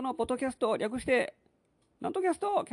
のポッドキャスト、略して、なんとキャスト。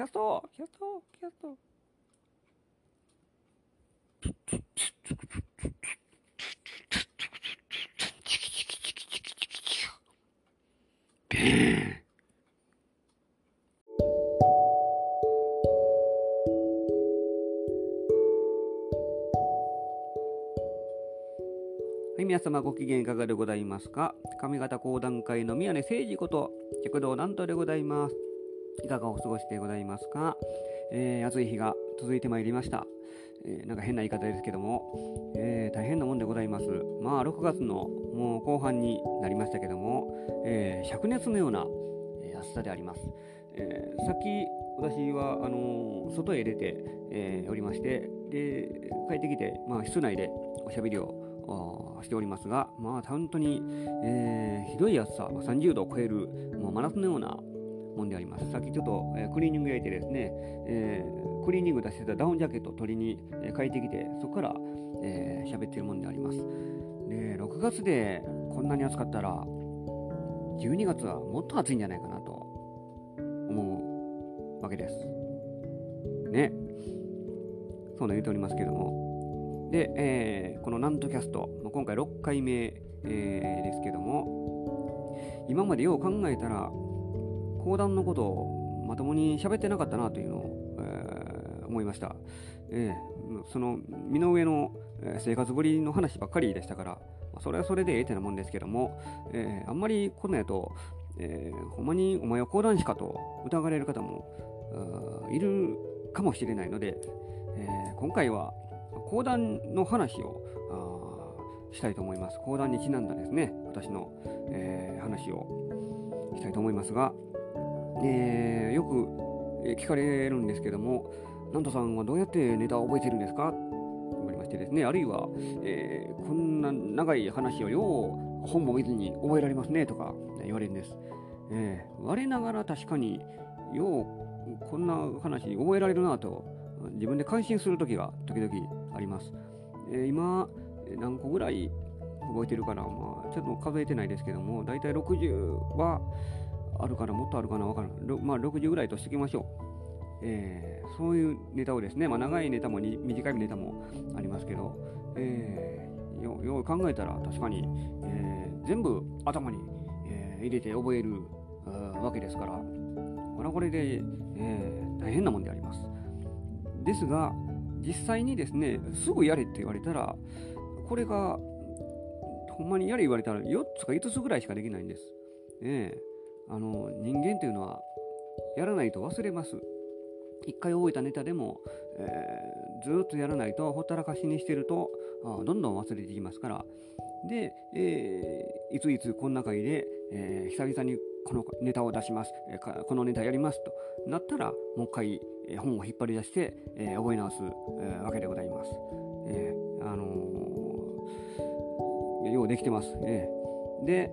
はい、皆様ご機嫌いかがでございますか。上方講談会の宮根誠司こと百道南斗でございます。いかがお過ごしでございますか。暑い日が続いてまいりました。なんか変な言い方ですけども、大変なもんでございます。まあ6月のもう後半になりましたけども、灼熱のような暑さであります。さっき私は外へ出て、おりまして、で帰ってきて、室内でおしゃべりをしておりますが、本当に、ひどい暑さ、30度を超えるもう真夏のようなもんであります。さっきちょっと、クリーニング焼いてですね、クリーニング出してたダウンジャケットを取りに、帰ってきて、そこから喋ってるもんであります。で、6月でこんなに暑かったら、12月はもっと暑いんじゃないかなと思うわけです。ね。そんな言うておりますけども。で、このなんとキャスト、今回6回目、ですけども、今までよう考えたら、講談のことをまともに喋ってなかったなというのを、思いました。その身の上の生活ぶりの話ばっかりでしたから、それはそれでええてなもんですけども、あんまりこんなんやと、ほんまにお前は講談師かと疑われる方もいるかもしれないので、今回は講談の話をしたいと思います。講談にちなんだですね、私の、話をしたいと思いますが、よく聞かれるんですけども、なんとさんはどうやってネタを覚えてるんですかと言われましてですね、あるいは、こんな長い話をよう本も見ずに覚えられますねとか言われるんです。我ながら確かにようこんな話覚えられるなと自分で感心する時が時々あります。今何個ぐらい覚えてるかな、ちょっと数えてないですけども、だいたい60はあるかな、もっとあるかな、わからない。60ぐらいとしておきましょう。そういうネタをですね、長いネタも短いネタもありますけど、よう考えたら確かに、全部頭に、入れて覚えるわけですから、これで、大変なもんであります。ですが、実際にですね、すぐやれって言われたら、これがほんまにやれ言われたら4つか5つぐらいしかできないんです。人間というのはやらないと忘れます。一回覚えたネタでも、ずっとやらないとほったらかしにしてるとどんどん忘れていきますから。で、いついつこんな回で、久々にこのネタを出します、このネタやりますとなったら、もう一回、本を引っ張り出して、覚え直す、わけでございます。ようできてます。で、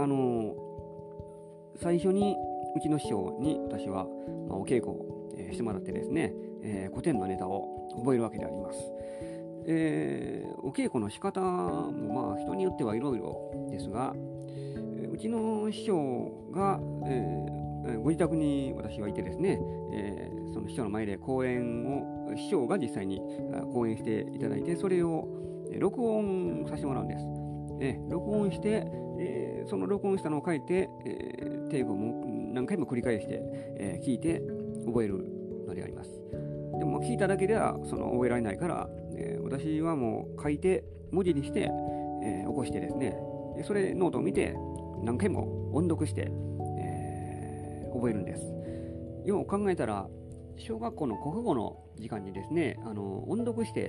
最初にうちの師匠に私は、お稽古を、してもらってですね、古典のネタを覚えるわけであります。お稽古の仕方も人によってはいろいろですが、うちの師匠が、ご自宅に私はいてですね、その師匠の前で講演を師匠が実際に講演していただいて、それを録音させてもらうんです。録音して、その録音したのを書いて、テープも何回も繰り返して、聞いて覚えるのであります。でも聞いただけでは覚えられないから、私はもう書いて文字にして、起こしてですね、それノートを見て何回も音読して、覚えるんです。よう考えたら小学校の国語の時間にですね、音読して、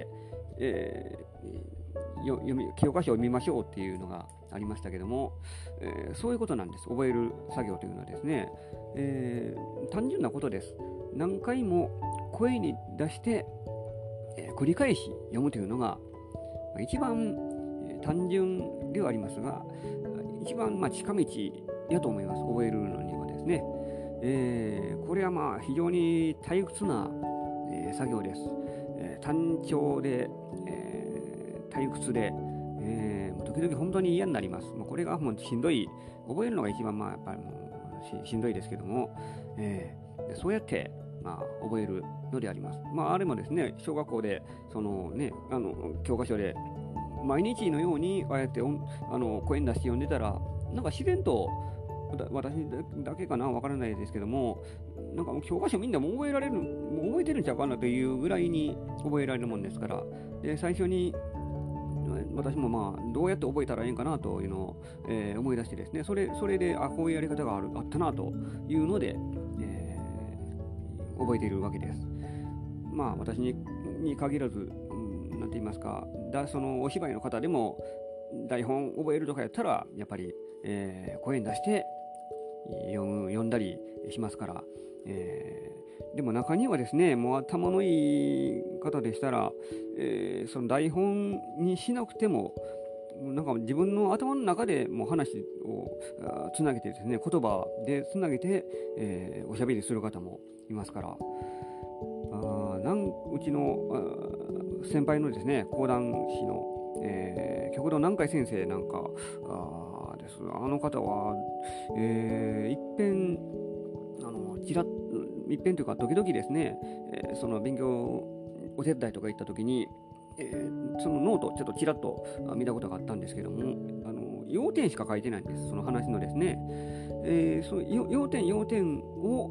教科書を見ましょうっていうのがありましたけども、そういうことなんです。覚える作業というのはですね、単純なことです。何回も声に出して、繰り返し読むというのが一番、単純ではありますが、一番近道やと思います。覚えるのにはですね、これは非常に退屈な、作業です。単調で、退屈で、時々本当に嫌になります。これがもうしんどい。覚えるのが一番やっぱりもしんどいですけども、そうやって覚えるのであります。あれもですね、小学校で教科書で毎日のようにああやって声に出して読んでたら、なんか自然と私だけかな、わからないですけども、なんか教科書みんなも覚えてるんちゃうかなというぐらいに覚えられるもんですから、で最初に私もどうやって覚えたらいいんかなというのを、思い出してですね、それでこういうやり方があったなというので、覚えているわけです。私に限らず、なんて言いますか、そのお芝居の方でも台本覚えるとかやったらやっぱり、声に出して読んだりしますから、でも中にはですね、もう頭のいい方でしたら、その台本にしなくてもなんか自分の頭の中でもう話をつなげてですね、言葉でつなげて、おしゃべりする方もいますから、うちの先輩のですね、講談師の、極道南海先生なんかです。あの方は、いっぺんというか時々ですね、その勉強お手伝いとか行った時に、そのノートちょっとちらっと見たことがあったんですけども、要点しか書いてないんです、その話のですね。その要点を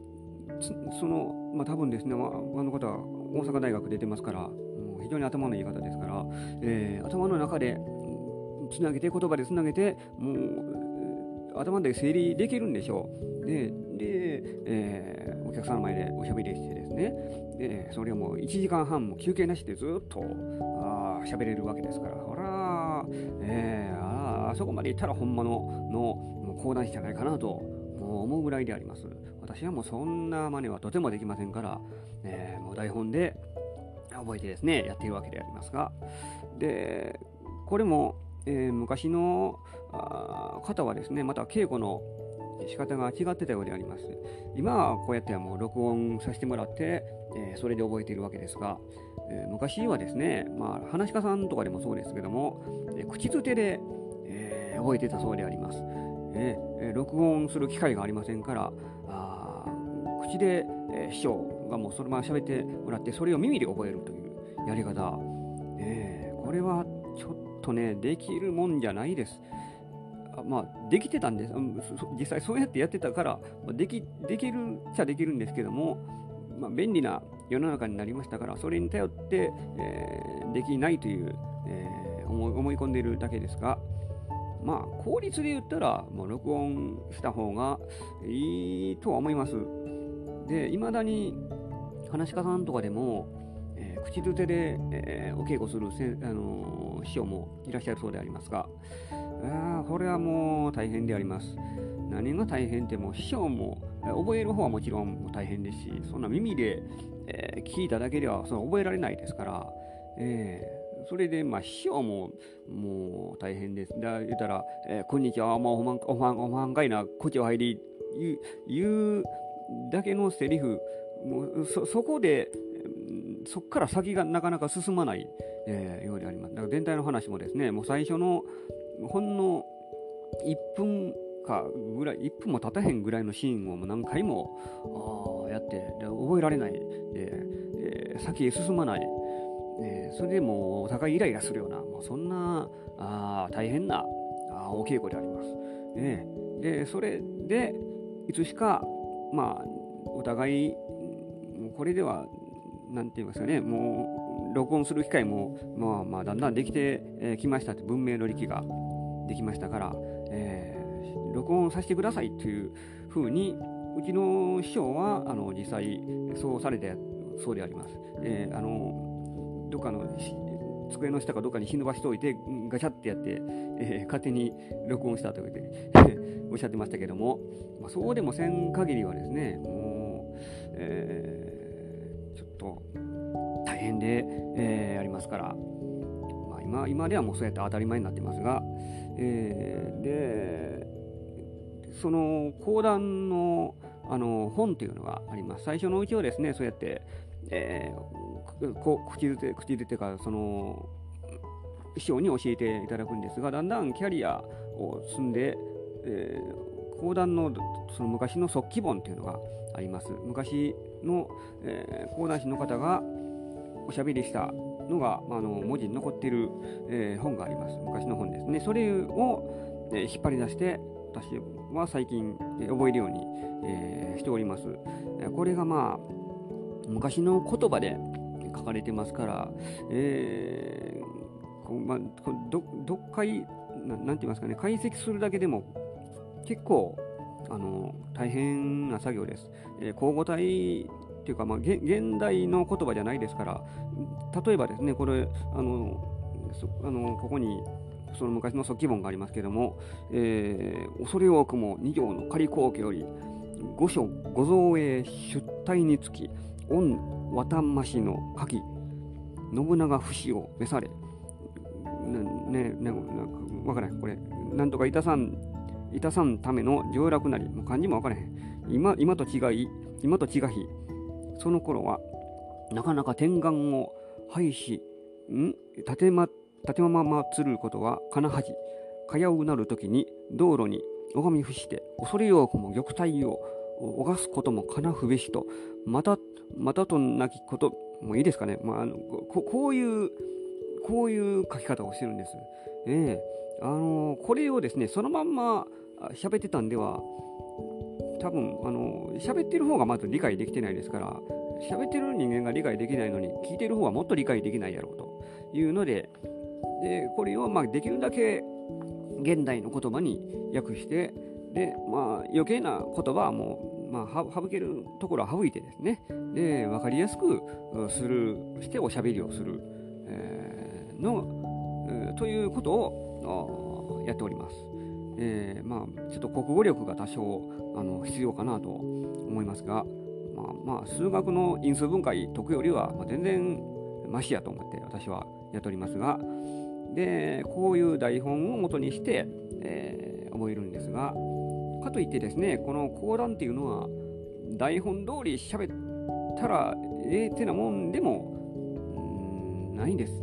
多分ですね、あの方は大阪大学出てますから、非常に頭のいい方ですから、頭の中でつなげて、言葉でつなげて、もう頭で整理できるんでしょう。で、お客さんの前でおしゃべりしてですね、それをもう1時間半も休憩なしでずっと喋れるわけですから、ほら、あそこまでいったら本物の講談師じゃないかなと思うぐらいであります。私はもうそんな真似はとてもできませんから、もう台本で覚えてですね、やっているわけでありますが、でこれも、昔の方はですね、また稽古の仕方が違ってたようであります。今はこうやってもう録音させてもらって、それで覚えているわけですが、昔はですね、話し家さんとかでもそうですけども、口づてで、覚えてたそうであります。録音する機会がありませんから、口で、師匠がもうそのまま喋ってもらって、それを耳で覚えるというやり方、これはちょっとね、できるもんじゃないです。できてたんです。実際そうやってやってたからできるっちゃできるんですけども、便利な世の中になりましたから、それに頼って、できないという、思い込んでいるだけですが、効率で言ったらもう録音した方がいいとは思います。で、いまだに話し家さんとかでも、口づてで、お稽古する師匠もいらっしゃるそうでありますが、これはもう大変であります。何が大変っても師匠も覚える方はもちろん大変ですし、そんな耳で、聞いただけでは覚えられないですから、それで師匠ももう大変です。言ったら、こんにちは、おまんかいな、こっちお入り言うだけのセリフ、もうそこでそこから先がなかなか進まない、ようであります。だから全体の話もですね、もう最初のほんの1分かぐらい、1分も経たへんぐらいのシーンをもう何回もやってで覚えられないで、先へ進まない、それでもうお互いイライラするような、もうそんな大変なお稽古であります。でそれでいつしかお互いこれではなんて言いますかね、もう録音する機会もだんだんできてきましたって、文明の利器ができましたから、録音させてくださいというふうにうちの師匠は実際そうされてそうであります。どっかの机の下かどっかに忍ばしておいてガチャってやって、勝手に録音したと言っておっしゃってましたけども、そうでもせん限りはですね、もう、ちょっと大変で、ありますから、今ではもうそうやって当たり前になってますが、でその講談の本というのがあります。最初のうちはですね、そうやって、口づてかその師匠に教えていただくんですが、だんだんキャリアを積んで、 講談のその昔の速記本というのがあります。昔の、講談師の方がおしゃべりしたのが、文字に残っている、本があります。昔の本ですね。それを、引っ張り出して私は最近、覚えるように、しております。これが昔の言葉で書かれてますから、なんて言いますかね、解析するだけでも結構大変な作業です。口語体っていうか、現代の言葉じゃないですから、例えばですね、これここにその昔の速記本がありますけれども、恐れ多くも二条の仮皇居より御所御蔵へ出退につき御渡増の下記信長不死を召されわからへん、これなんとかいたさんための上洛なり、もう漢字もわからへん。今と違いその頃はなかなか天眼を廃し立てまつることはかなはじかやうなるときに道路に拝み伏して恐れよくも玉体を犯すこともかなふべしとまたとなきこともういいですかね、こういう書き方をしてるんです。これをですねそのまんま喋ってたんでは多分喋ってる方がまず理解できてないですから、喋ってる人間が理解できないのに聞いてる方はもっと理解できないやろうというので、これをできるだけ現代の言葉に訳して、で余計な言葉はもう省けるところは省いてですね、で分かりやすくしておしゃべりをする、ということをやっております。ちょっと国語力が多少必要かなと思いますが、数学の因数分解解くよりは全然マシやと思って私はやっておりますが、でこういう台本を元にして、覚えるんですが、かといってですね、この講談っていうのは台本通り喋ったらってなもんでもないんです。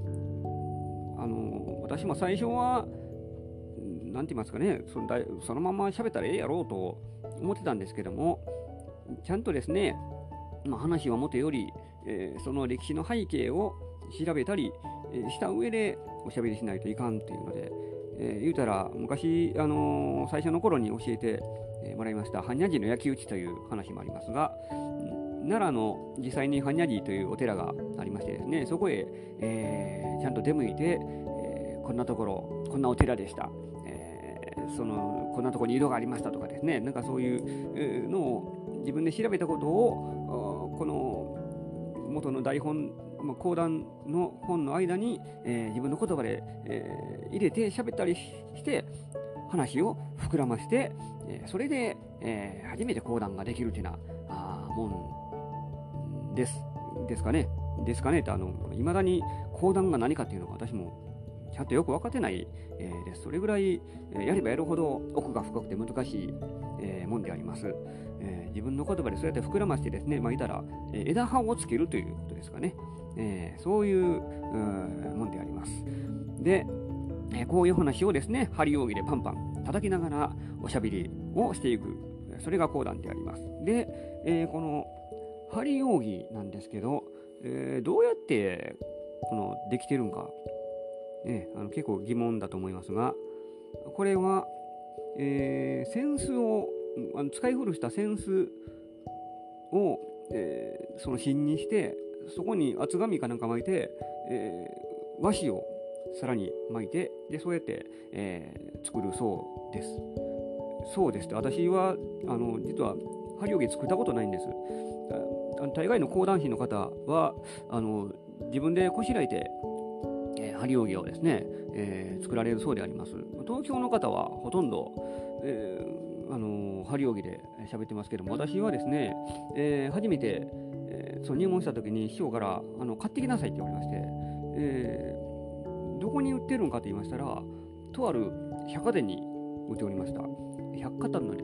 私も最初はなんて言いますかね、そのまま喋ったらやろうと思ってたんですけども、ちゃんとですね、話はもとより、その歴史の背景を調べたり、した上でおしゃべりしないといかんっていうので、言うたら昔、最初の頃に教えてもらいました般若寺の焼き討ちという話もありますが、奈良の実際に般若寺というお寺がありましてですね、そこへ、ちゃんと出向いて、こんなところこんなお寺でした、こんなところに井戸がありましたとかですね、なんかそういうのを自分で調べたことをこの元の台本、講談の本の間に、自分の言葉で、入れて喋ったりして話を膨らまして、それで、初めて講談ができるというようなもんですかねっていまだに講談が何かっていうのが私もちゃんとよく分かってないです。それぐらいやればやるほど奥が深くて難しいもんであります。自分の言葉でそうやって膨らましてですね、言ったら枝葉をつけるということですかね。そういうもんであります。で、こういう話をですね、張り扇でパンパン叩きながらおしゃべりをしていく。それが講談であります。で、この張り扇なんですけど、どうやってできてるんか、結構疑問だと思いますが、これは、扇子を使い古した扇子を、その芯にしてそこに厚紙かなんか巻いて、和紙をさらに巻いて、でそうやって、作るそうです。そうですって、私は実は張り扇作ったことないんです。大概の講談師の方は自分でこしらえて張り扇をですね、作られるそうであります。東京の方はほとんど、張り扇で喋ってますけども、私はですね、初めて、入門した時に師匠から買ってきなさいって言われまして、どこに売ってるんかと言いましたら、とある百貨店に売っておりました。百貨店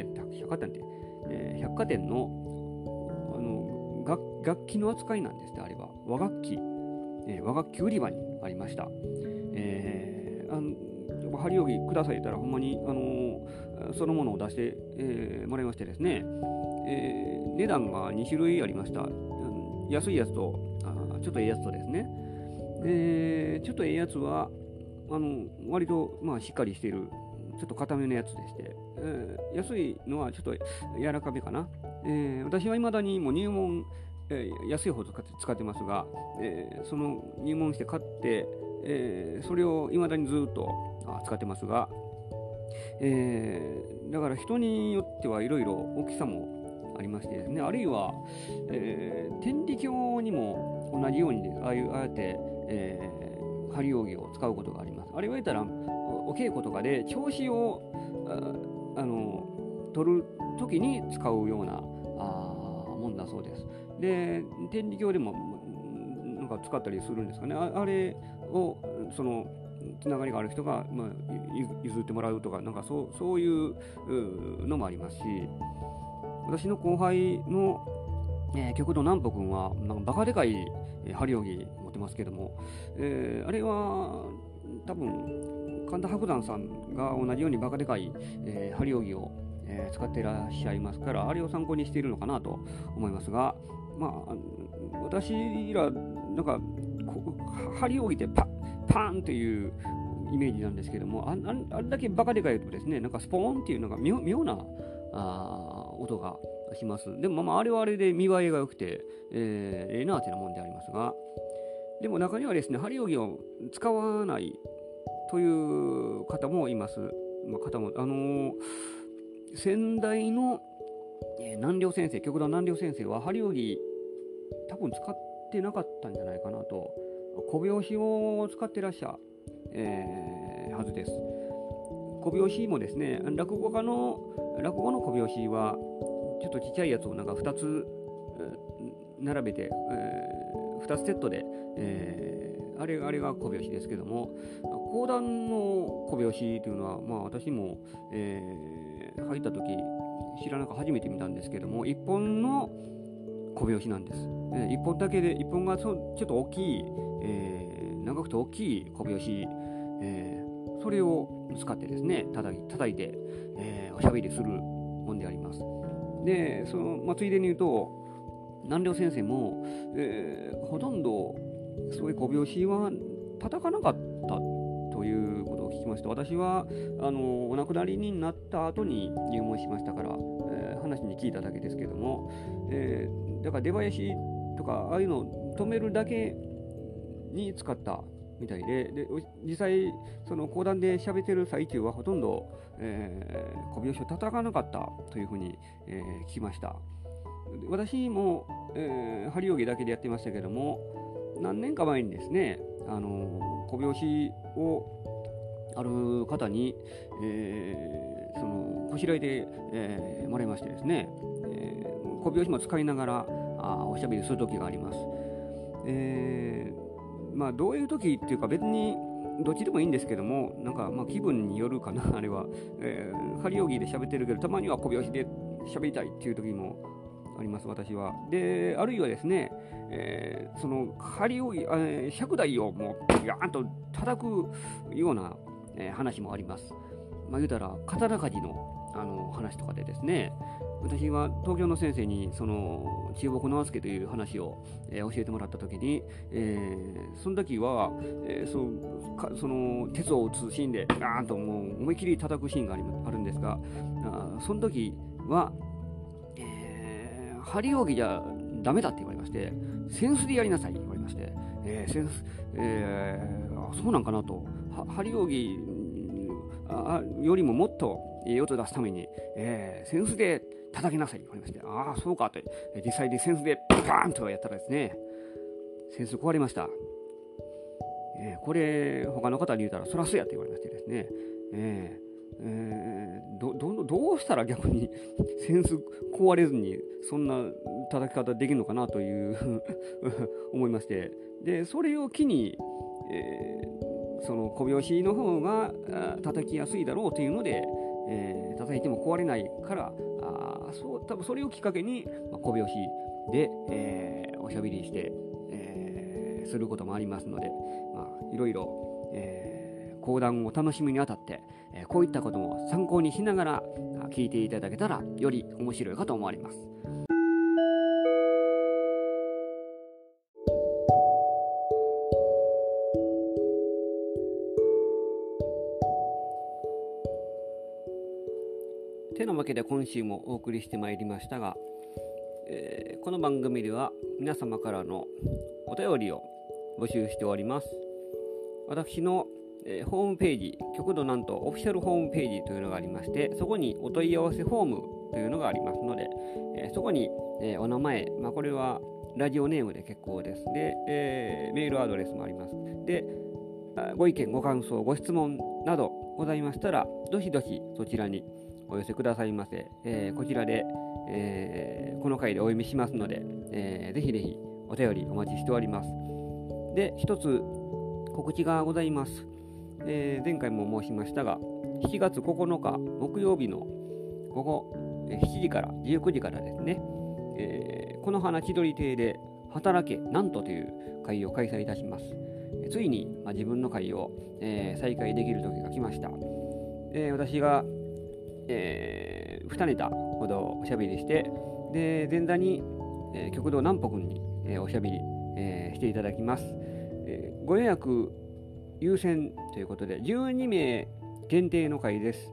の楽器の扱いなんですね。あれは和楽器売り場にありました。 針置きくださいって言ったらほんまに、そのものを出して、もらいましてですね、値段が2種類ありました。安いやつとちょっとええやつとですね。ちょっとええやつは割と、しっかりしているちょっと固めのやつでして、安いのはちょっと柔らかめかな。私は未だにもう入門、安い方使ってますが、その入門して買って、それを未だにずっと使ってますが、だから人によってはいろいろ大きさもありましてですね、あるいは、天理教にも同じようにです、ああやって、針扇を使うことがあります。あれは言ったらお稽古とかで調子を取るときに使うようなもんだそうです。で、天理教でもなんか使ったりするんですかね。あれをそのつながりがある人が、譲ってもらうとか、なんかそういうのもありますし、私の後輩の、極道南北君はなんかバカでかい針扇持ってますけども、あれは多分神田伯山さんが同じようにバカでかい、針扇を、使っていらっしゃいますから、あれを参考にしているのかなと思いますが、私らなんか針扇ってパーンっていうイメージなんですけども、あれだけバカでかいとですね、なんかスポーンっていうのが妙な音がします。でもあれはあれで見栄えが良くて、ええなってなもんでありますが、でも中にはですね、針扇を使わないという方もいます。先代の、南陵先生、極道南陵先生は針扇多分使ってなかったんじゃないかなと。小拍子を使ってらっしゃる、はずです。小拍子もですね、落語の小拍子はちょっとちっちゃいやつをなんか2つ並べて、2つセットで、あれが小拍子ですけども、講談の小拍子というのは、私も、入った時知らなく初めて見たんですけども、1本の小拍子なんです。1本だけで、1本がちょっと大きい、長くて大きい小拍子、それを使ってですね、叩いて、おしゃべりするもんであります。で、ついでに言うと、南陵先生も、ほとんどそういう小拍子は叩かなかったということを聞きました。私はお亡くなりになった後に入門しましたから、話に聞いただけですけども、だから出囃子とかああいうのを止めるだけに使ったみたいで、実際その講談で喋ってる最中はほとんど、小拍子を叩かなかったというふうに、聞きました。私も、針扇だけでやってましたけども、何年か前にですね、小拍子をある方に、こしらえて、もらいましてですね、小拍子も使いながらおしゃべりする時があります。どういう時っていうか別にどっちでもいいんですけども、なんか気分によるかなあれは、針扇で喋ってるけどたまには小拍子で喋りたいっていう時もあります、私は。で、あるいはですね、その針扇、尺台をもうガーンと叩くような、話もあります。言うたら刀鍛冶の話とかでですね、私は東京の先生にその中国の助という話を、教えてもらった時に、その時は、その鉄を打つシーンでガーンともう思い切り叩くシーンがあるんですが、その時は、針扇じゃダメだって言われまして、扇子でやりなさいって言われまして、そうなんかなと。針扇よりももっと音を出すために、扇子で叩きなさいって言われまして、ああそうかと、実際に扇子でパーンとやったらですね、扇子壊れました。これ他の方に言うたらそらそうやって言われましてですね、どうしたら逆に扇子壊れずにそんな叩き方できるのかなという思いまして、でそれを機に、その小拍子の方が叩きやすいだろうというので、叩いても壊れないから多分それをきっかけに、小拍子で、おしゃべりして、することもありますので、いろいろ、 講談を楽しみにあたって、こういったことも参考にしながら聞いていただけたらより面白いかと思われます。てなわけで今週もお送りしてまいりましたが、この番組では皆様からのお便りを募集しております。私の、ホームページ、極度なんとオフィシャルホームページというのがありまして、そこにお問い合わせフォームというのがありますので、そこに、お名前、これはラジオネームで結構です。で、メールアドレスもあります。で、ご意見、ご感想、ご質問などございましたら、どしどしそちらにお寄せくださいませ。こちらで、この回でお読みしますので、ぜひぜひお便りお待ちしております。で、一つ告知がございます。前回も申しましたが、7月9日木曜日の午後7時から19時からですね、この花千鳥亭で働けなんとという会を開催いたします。ついに、自分の会を、再開できる時が来ました。私が、2ネタほどおしゃべりして、で前座に、極道南北に、おしゃべり、していただきます。ご予約優先ということで12名限定の会です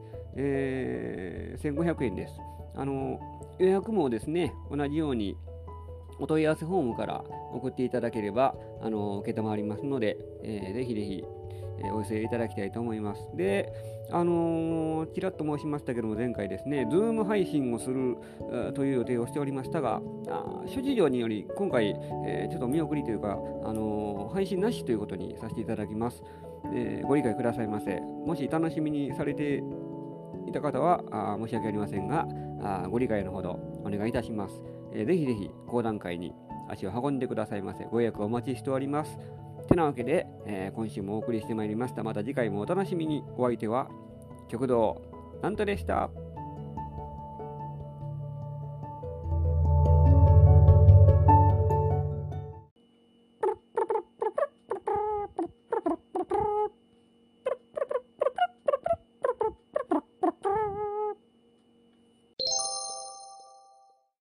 。1500円です。予約もですね、同じようにお問い合わせフォームから送っていただければ承りますので、ぜひぜひお寄せいただきたいと思います。で、ちらっと申しましたけども、前回ですね、ズーム配信をするという予定をしておりましたが、諸事情により今回、ちょっと見送りというか、配信なしということにさせていただきます。ご理解くださいませ。もし楽しみにされていた方は申し訳ありませんが、ご理解のほどお願いいたします。ぜひぜひ講談会に足を運んでくださいませ。ご予約お待ちしております。てなわけで、今週もお送りしてまいりました。また次回もお楽しみに。お相手は極道なんとでした。